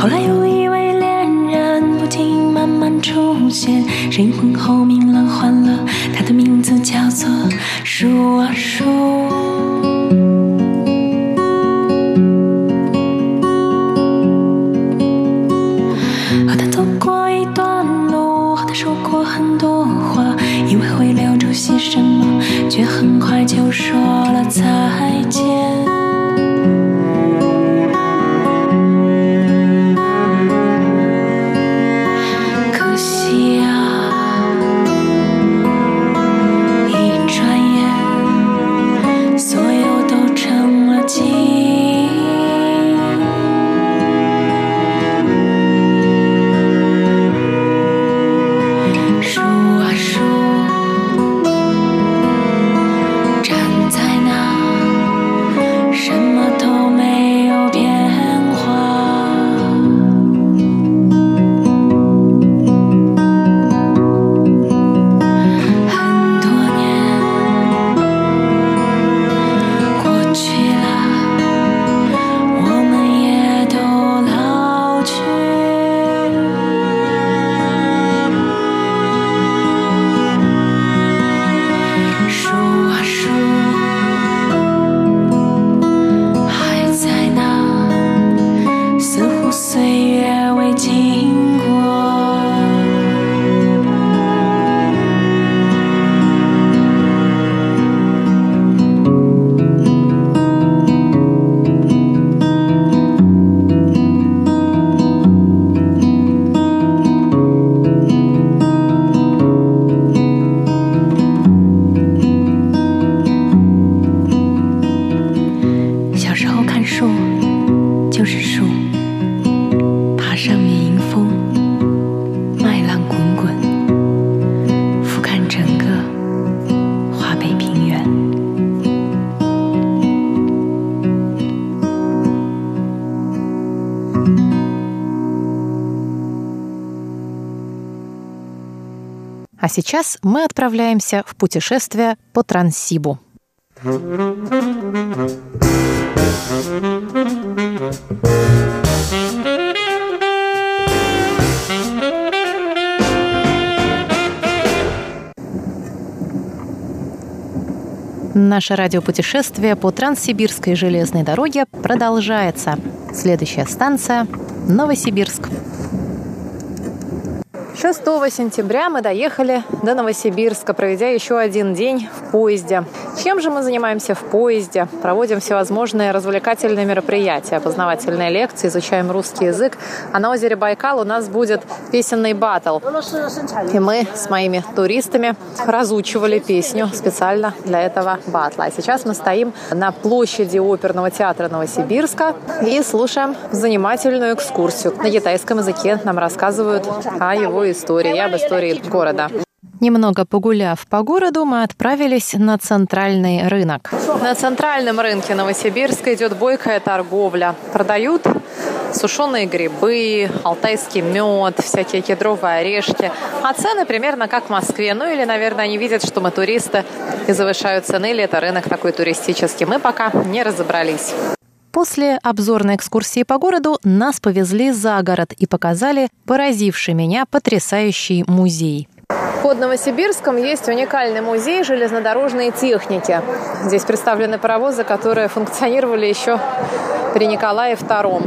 后来又以为恋人不停慢慢出现，神魂后明了换了，他的名字叫做树啊树。和他走过一段路，和他说过很多话，以为会留住些什么，却很快就说了再见。可惜啊，一转眼，所有都成了记忆。树啊树，站在那，什么都没有变化。很多年过去了，我们也都老去。树啊树，还在那，似乎岁月未经过。小时候看树就是树，爬上面迎风，麦浪滚滚，俯瞰整个华北平原。 А сейчас мы отправляемся в путешествие по Транссибу. Наше радиопутешествие по Транссибирской железной дороге продолжается. Следующая станция – Новосибирск. шестого сентября мы доехали до Новосибирска, проведя еще один день в поезде. Чем же мы занимаемся в поезде? Проводим всевозможные развлекательные мероприятия, познавательные лекции, изучаем русский язык. А на озере Байкал у нас будет песенный баттл. И мы с моими туристами разучивали песню специально для этого баттла. А сейчас мы стоим на площади оперного театра Новосибирска и слушаем занимательную экскурсию. На китайском языке нам рассказывают о его истории и об истории города. Немного погуляв по городу, мы отправились на центральный рынок. На центральном рынке Новосибирска идет бойкая торговля. Продают сушеные грибы, алтайский мед, всякие кедровые орешки. А цены примерно как в Москве. Ну или, наверное, они видят, что мы туристы и завышают цены, или это рынок такой туристический. Мы пока не разобрались. После обзорной экскурсии по городу нас повезли за город и показали поразивший меня потрясающий музей. Под Новосибирском есть уникальный музей железнодорожной техники. Здесь представлены паровозы, которые функционировали еще при Николае втором.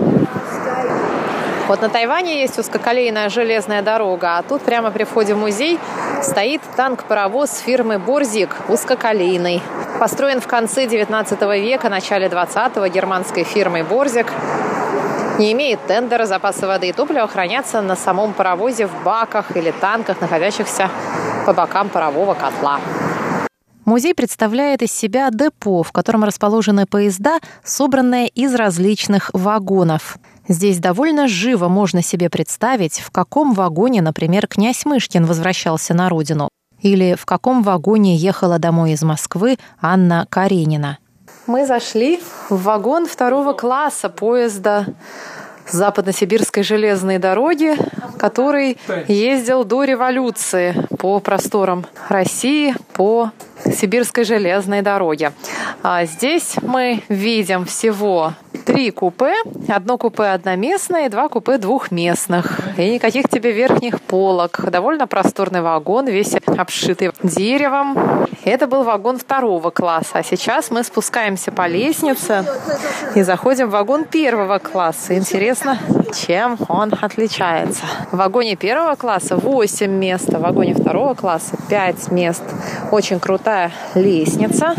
Вот на Тайване есть узкоколейная железная дорога, а тут прямо при входе в музей стоит танк-паровоз фирмы «Борзик» узкоколейный. Построен в конце девятнадцатого века, начале двадцатого германской фирмой «Борзик». Не имеет тендера, запасы воды и топлива хранятся на самом паровозе в баках или танках, находящихся по бокам парового котла. Музей представляет из себя депо, в котором расположены поезда, собранные из различных вагонов. Здесь довольно живо можно себе представить, в каком вагоне, например, князь Мышкин возвращался на родину, или в каком вагоне ехала домой из Москвы Анна Каренина. Мы зашли в вагон второго класса поезда Западно-Сибирской железной дороги, который ездил до революции по просторам России, по Сибирской железной дороге. А здесь мы видим всего Три купе, одно купе одноместное и два купе двухместных. И никаких тебе верхних полок. Довольно просторный вагон, весь обшитый деревом. Это был вагон второго класса. А сейчас мы спускаемся по лестнице и заходим в вагон первого класса. Интересно, чем он отличается. В вагоне первого класса восемь мест, а в вагоне второго класса пять мест. Очень крутая лестница.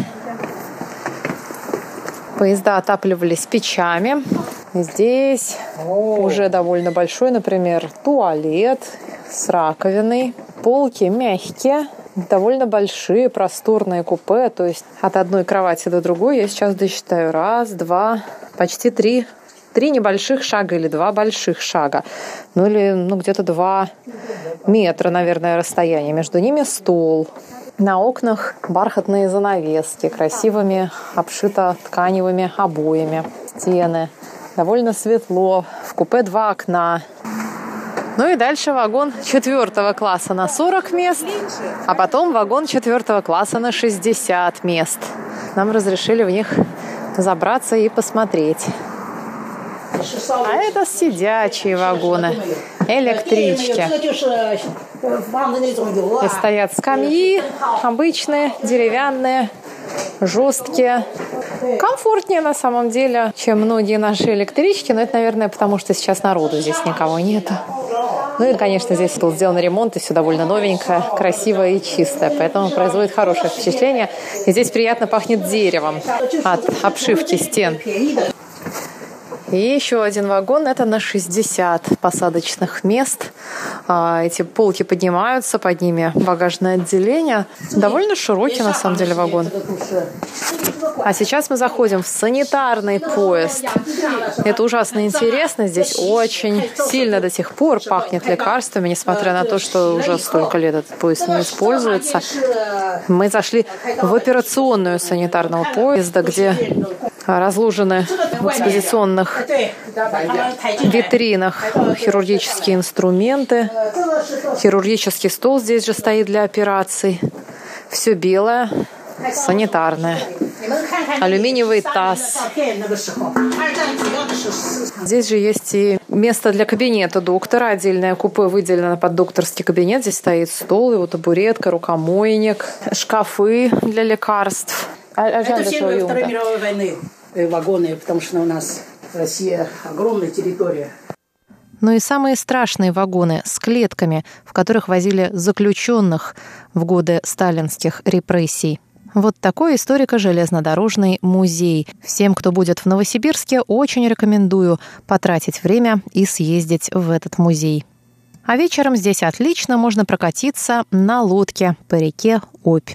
Поезда отапливались печами. Здесь уже довольно большой, например, туалет с раковиной. Полки мягкие, довольно большие, просторные купе. То есть от одной кровати до другой я сейчас досчитаю. Раз, два, почти три. Три небольших шага или два больших шага. Ну или ну, где-то два метра, наверное, расстояние. Между ними стол. На окнах бархатные занавески, красивыми обшито тканевыми обоями. Стены. Довольно светло. В купе два окна. Ну и дальше вагон четвертого класса на сорок мест, а потом вагон четвертого класса на шестьдесят мест. Нам разрешили в них забраться и посмотреть. А это сидячие вагоны, электрички. И стоят скамьи, обычные, деревянные, жесткие. Комфортнее на самом деле, чем многие наши электрички, но это, наверное, потому что сейчас народу здесь никого нет. Ну и, конечно, здесь был сделан ремонт, и все довольно новенькое, красивое и чистое, поэтому производит хорошее впечатление. И здесь приятно пахнет деревом от обшивки стен. И еще один вагон, это на шестьдесят посадочных мест. Эти полки поднимаются, под ними багажное отделение. Довольно широкий, на самом деле, вагон. А сейчас мы заходим в санитарный поезд. Это ужасно интересно. Здесь очень сильно до сих пор пахнет лекарствами, несмотря на то, что уже столько лет этот поезд не используется. Мы зашли в операционную санитарного поезда, где разложены в экспозиционных витринах хирургические инструменты. Хирургический стол здесь же стоит для операций. Все белое, санитарное. Алюминиевый таз. Здесь же есть и место для кабинета доктора. Отдельное купе выделено под докторский кабинет. Здесь стоит стол, его табуретка, рукомойник, шкафы для лекарств. Это все во Второй мировой войны вагоны, потому что у нас Россия огромная территория. Но и самые страшные вагоны с клетками, в которых возили заключенных в годы сталинских репрессий. Вот такой историко-железнодорожный музей. Всем, кто будет в Новосибирске, очень рекомендую потратить время и съездить в этот музей. А вечером здесь отлично можно прокатиться на лодке по реке Обь.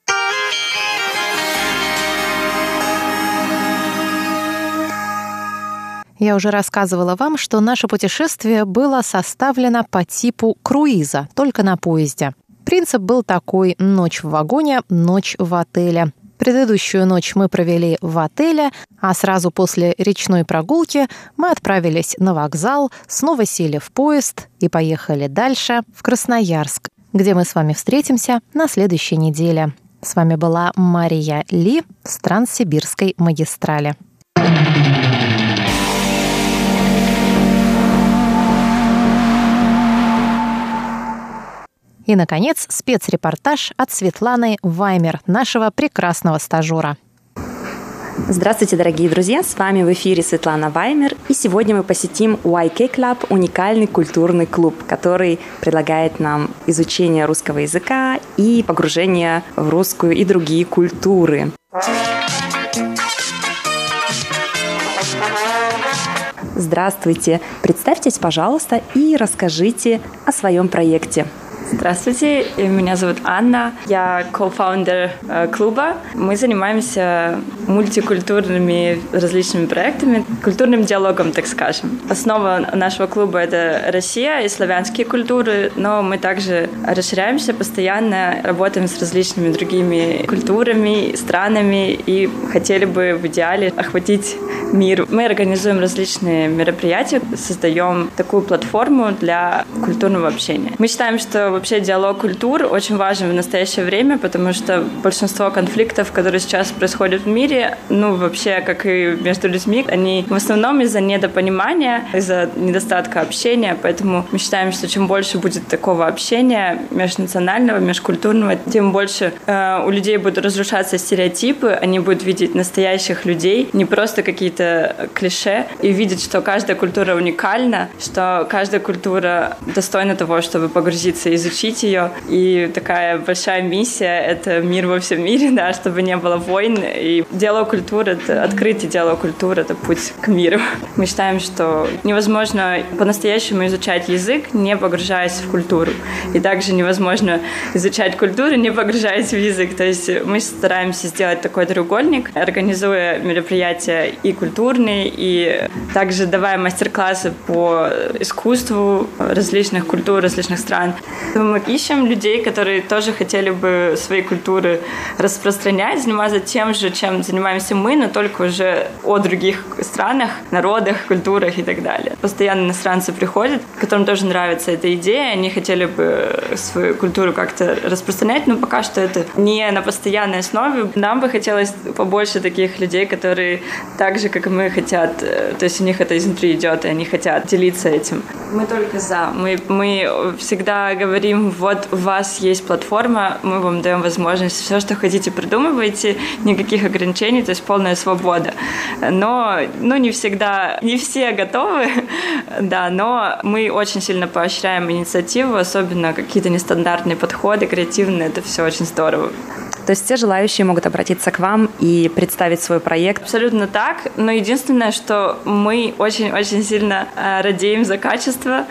Я уже рассказывала вам, что наше путешествие было составлено по типу круиза, только на поезде. Принцип был такой: ночь в вагоне, ночь в отеле. Предыдущую ночь мы провели в отеле, а сразу после речной прогулки мы отправились на вокзал, снова сели в поезд и поехали дальше, в Красноярск, где мы с вами встретимся на следующей неделе. С вами была Мария Ли с Транссибирской магистрали. И, наконец, спецрепортаж от Светланы Ваймер, нашего прекрасного стажера. Здравствуйте, дорогие друзья! С вами в эфире Светлана Ваймер. И сегодня мы посетим уай кей Club, уникальный культурный клуб, который предлагает нам изучение русского языка и погружение в русскую и другие культуры. Здравствуйте! Представьтесь, пожалуйста, и расскажите о своем проекте. Здравствуйте, меня зовут Анна, я кофаундер клуба. Мы занимаемся мультикультурными различными проектами, культурным диалогом, так скажем. Основа нашего клуба — это Россия и славянские культуры, но мы также расширяемся постоянно, работаем с различными другими культурами, странами и хотели бы в идеале охватить мир. Мы организуем различные мероприятия, создаем такую платформу для культурного общения. Мы считаем, что вообще диалог культур очень важен в настоящее время, потому что большинство конфликтов, которые сейчас происходят в мире, ну, вообще, как и между людьми, они в основном из-за недопонимания, из-за недостатка общения, поэтому мы считаем, что чем больше будет такого общения межнационального, межкультурного, тем больше э, у людей будут разрушаться стереотипы, они будут видеть настоящих людей, не просто какие-то клише, и видеть, что каждая культура уникальна, что каждая культура достойна того, чтобы погрузиться и изучить ее. И такая большая миссия — это мир во всем мире, да, чтобы не было войн. И диалог культуры — это открытие диалог культуры, это путь к миру. Мы считаем, что невозможно по-настоящему изучать язык, не погружаясь в культуру. И также невозможно изучать культуру, не погружаясь в язык. То есть мы стараемся сделать такой треугольник, организуя мероприятия и культурные, и также давая мастер-классы по искусству различных культур, различных стран. Мы ищем людей, которые тоже хотели бы свои культуры распространять, заниматься тем же, чем занимаемся мы, но только уже о других странах, народах, культурах и так далее. Постоянно иностранцы приходят, которым тоже нравится эта идея, они хотели бы свою культуру как-то распространять, но пока что это не на постоянной основе. Нам бы хотелось побольше таких людей, которые так же, как и мы, хотят, то есть у них это изнутри идет, и они хотят делиться этим. Мы только за. Мы, мы всегда говорим, вот у вас есть платформа, мы вам даем возможность, все, что хотите, придумывайте, никаких ограничений, то есть полная свобода. Но ну, не всегда, не все готовы, да, но мы очень сильно поощряем инициативу, особенно какие-то нестандартные подходы, креативные, это все очень здорово. То есть все желающие могут обратиться к вам и представить свой проект? Абсолютно так, но единственное, что мы очень-очень сильно э, радеем за качество,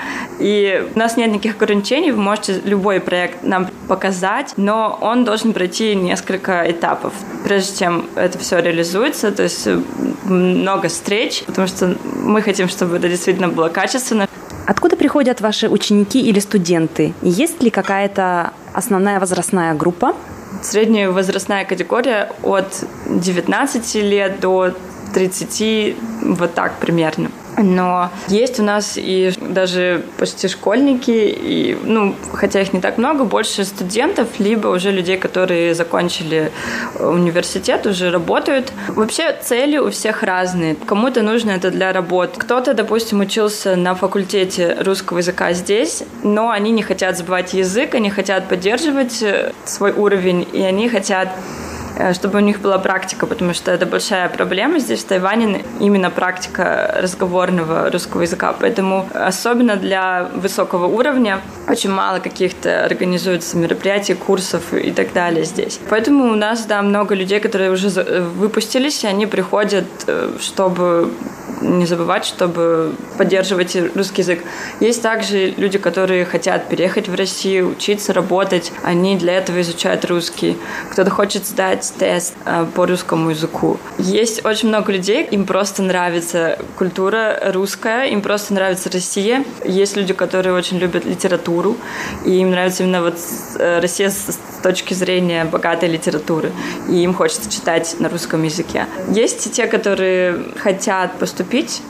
и у нас нет никаких ограничений, вы можете любой проект нам показать, но он должен пройти несколько этапов, прежде чем это все реализуется, то есть много встреч, потому что мы хотим, чтобы это действительно было качественно. Откуда приходят ваши ученики или студенты? И есть ли какая-то основная возрастная группа? Средняя возрастная категория от девятнадцати лет до тридцати, вот так примерно. Но есть у нас и даже почти школьники, и, ну, хотя их не так много, больше студентов, либо уже людей, которые закончили университет, уже работают. Вообще цели у всех разные. Кому-то нужно это для работы. Кто-то, допустим, учился на факультете русского языка здесь, но они не хотят забывать язык, они хотят поддерживать свой уровень, и они хотят, чтобы у них была практика, потому что это большая проблема здесь, в Тайване, именно практика разговорного русского языка. Поэтому особенно для высокого уровня очень мало каких-то организуется мероприятий, курсов и так далее здесь. Поэтому у нас, да, много людей, которые уже выпустились, и они приходят, чтобы не забывать, чтобы поддерживать русский язык. Есть также люди, которые хотят переехать в Россию, учиться, работать. Они для этого изучают русский. Кто-то хочет сдать тест по русскому языку. Есть очень много людей, им просто нравится культура русская, им просто нравится Россия. Есть люди, которые очень любят литературу, и им нравится именно вот Россия с точки зрения богатой литературы, и им хочется читать на русском языке. Есть и те, которые хотят поступить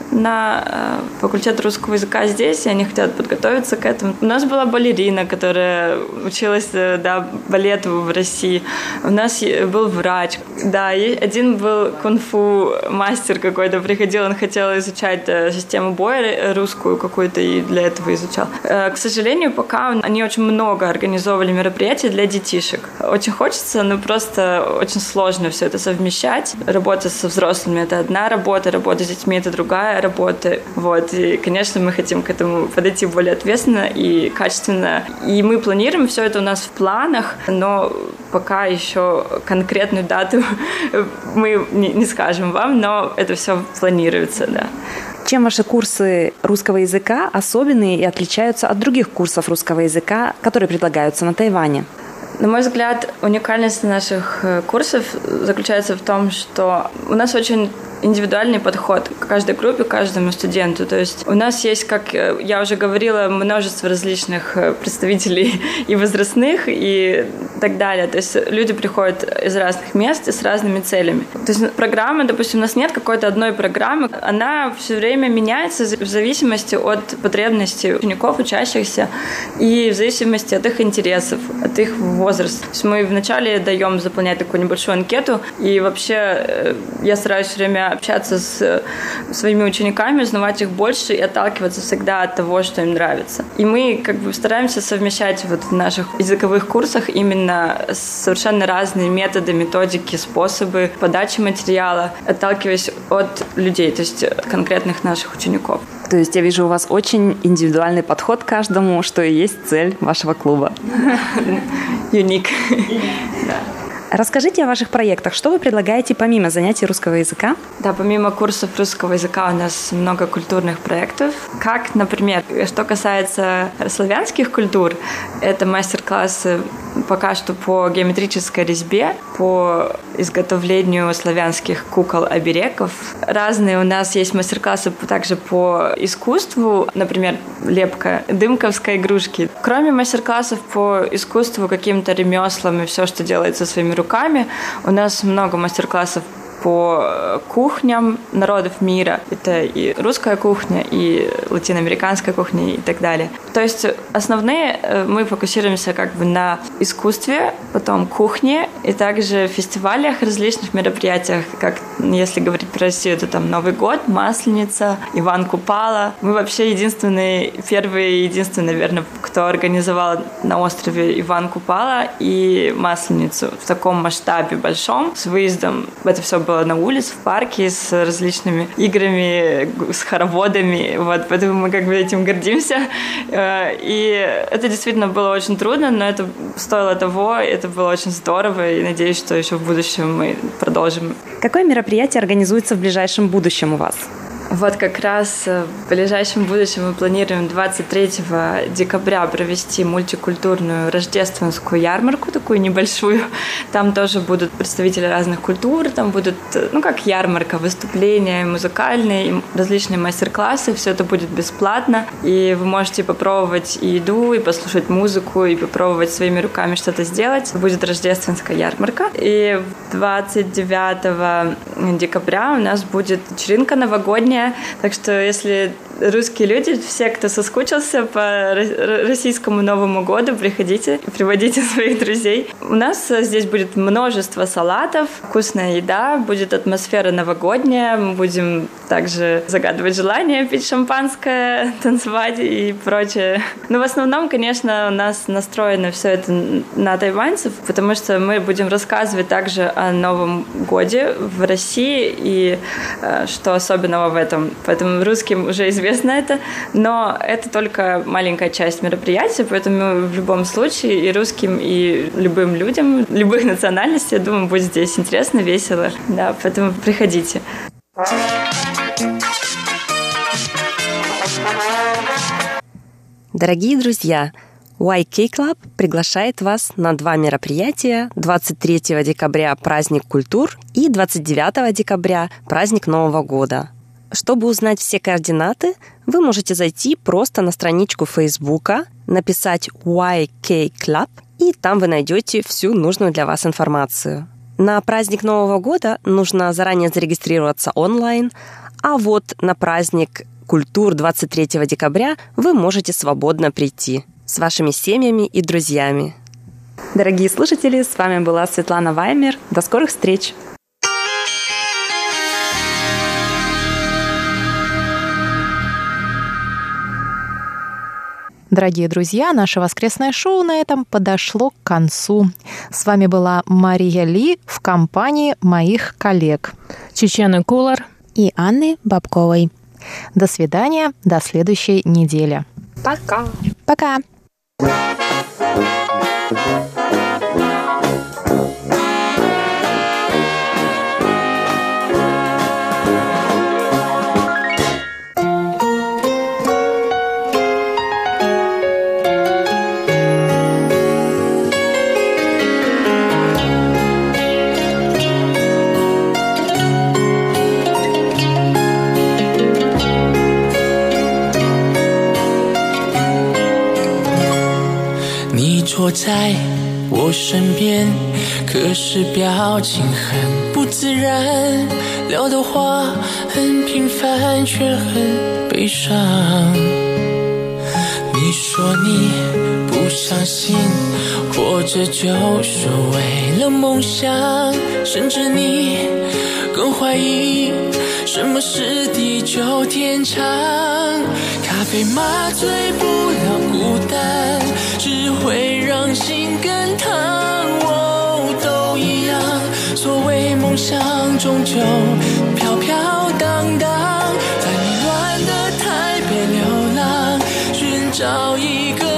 на факультет русского языка здесь, и они хотят подготовиться к этому. У нас была балерина, которая училась, да, балету в России. У нас был врач. Да, один был кунг-фу мастер какой-то, приходил, он хотел изучать систему боя русскую какую-то, и для этого изучал. К сожалению, пока они очень много организовывали мероприятий для детишек. Очень хочется, но просто очень сложно все это совмещать. Работа со взрослыми — это одна работа, работа с детьми — это другая работа. Вот. И, конечно, мы хотим к этому подойти более ответственно и качественно. И мы планируем все это у нас в планах, но пока еще конкретную дату мы не скажем вам, но это все планируется, да. Чем ваши курсы русского языка особенные и отличаются от других курсов русского языка, которые предлагаются на Тайване? На мой взгляд, уникальность наших курсов заключается в том, что у нас очень индивидуальный подход к каждой группе, к каждому студенту. То есть у нас есть, как я уже говорила, множество различных представителей и возрастных, и так далее. То есть люди приходят из разных мест и с разными целями. То есть программа, допустим, у нас нет какой-то одной программы, она все время меняется в зависимости от потребностей учеников, учащихся, и в зависимости от их интересов, от их возраста. То есть мы вначале даем заполнять такую небольшую анкету, и вообще я стараюсь все время общаться с своими учениками, узнавать их больше и отталкиваться всегда от того, что им нравится. И мы как бы стараемся совмещать вот в наших языковых курсах именно совершенно разные методы, методики, способы подачи материала, отталкиваясь от людей, то есть от конкретных наших учеников. То есть я вижу у вас очень индивидуальный подход к каждому, что и есть цель вашего клуба. Юник. Расскажите о ваших проектах. Что вы предлагаете помимо занятий русского языка? Да, помимо курсов русского языка у нас много культурных проектов. Как, например, что касается славянских культур, это мастер-классы пока что по геометрической резьбе, по изготовлению славянских кукол-оберегов. Разные у нас есть мастер-классы также по искусству, например, лепка дымковской игрушки. Кроме мастер-классов по искусству, каким-то ремеслам и все, что делается своими руками, у нас много мастер-классов по кухням народов мира. Это и русская кухня, и латиноамериканская кухня, и так далее. То есть основные мы фокусируемся как бы на искусстве, потом кухне, и также фестивалях, различных мероприятиях, как если говорить про Россию, то там Новый год, Масленица, Иван Купала. Мы вообще единственные, первые и единственные, наверное, кто организовал на острове Иван Купала и Масленицу в таком масштабе большом, с выездом. Это все было на улице, в парке, с различными играми, с хороводами. Вот, поэтому мы как бы этим гордимся. И это действительно было очень трудно, но это стоило того, это было очень здорово, и надеюсь, что еще в будущем мы продолжим. Какое мероприятие организуется в ближайшем будущем у вас? Вот как раз в ближайшем будущем мы планируем двадцать третьего декабря провести мультикультурную рождественскую ярмарку, такую небольшую. Там тоже будут представители разных культур, там будут, ну, как ярмарка, выступления музыкальные, различные мастер-классы. Все это будет бесплатно, и вы можете попробовать и еду, и послушать музыку, и попробовать своими руками что-то сделать. Будет рождественская ярмарка. И двадцать девятого декабря у нас будет вечеринка новогодняя. Так что если русские люди, все, кто соскучился по российскому Новому году, приходите и приводите своих друзей. У нас здесь будет множество салатов, вкусная еда, будет атмосфера новогодняя, мы будем также загадывать желания, пить шампанское, танцевать и прочее. Но в основном, конечно, у нас настроено все это на тайваньцев, потому что мы будем рассказывать также о Новом годе в России и что особенного в этом. Поэтому русским уже известно это, но это только маленькая часть мероприятия, поэтому в любом случае и русским, и любым людям, любых национальностей, я думаю, будет здесь интересно, весело. Да, поэтому приходите. Дорогие друзья, уай кей Club приглашает вас на два мероприятия. двадцать третьего декабря праздник культур и двадцать девятого декабря праздник Нового года. Чтобы узнать все координаты, вы можете зайти просто на страничку Фейсбука, написать уай кей Club, и там вы найдете всю нужную для вас информацию. На праздник Нового года нужно заранее зарегистрироваться онлайн, а вот на праздник культур двадцать третьего декабря вы можете свободно прийти с вашими семьями и друзьями. Дорогие слушатели, с вами была Светлана Ваймер. До скорых встреч! Дорогие друзья, наше воскресное шоу на этом подошло к концу. С вами была Мария Ли в компании моих коллег Чечены Кулар и Анны Бабковой. До свидания, до следующей недели. Пока. Пока. 坐在我身边，可是表情很不自然，聊的话很平凡却很悲伤。你说你不相信活着就是为了梦想，甚至你更怀疑什么是地久天长。咖啡麻醉不了孤单，只会让心更烫。哦，都一样，所谓梦想终究飘飘荡荡，在迷乱的台北流浪，寻找一个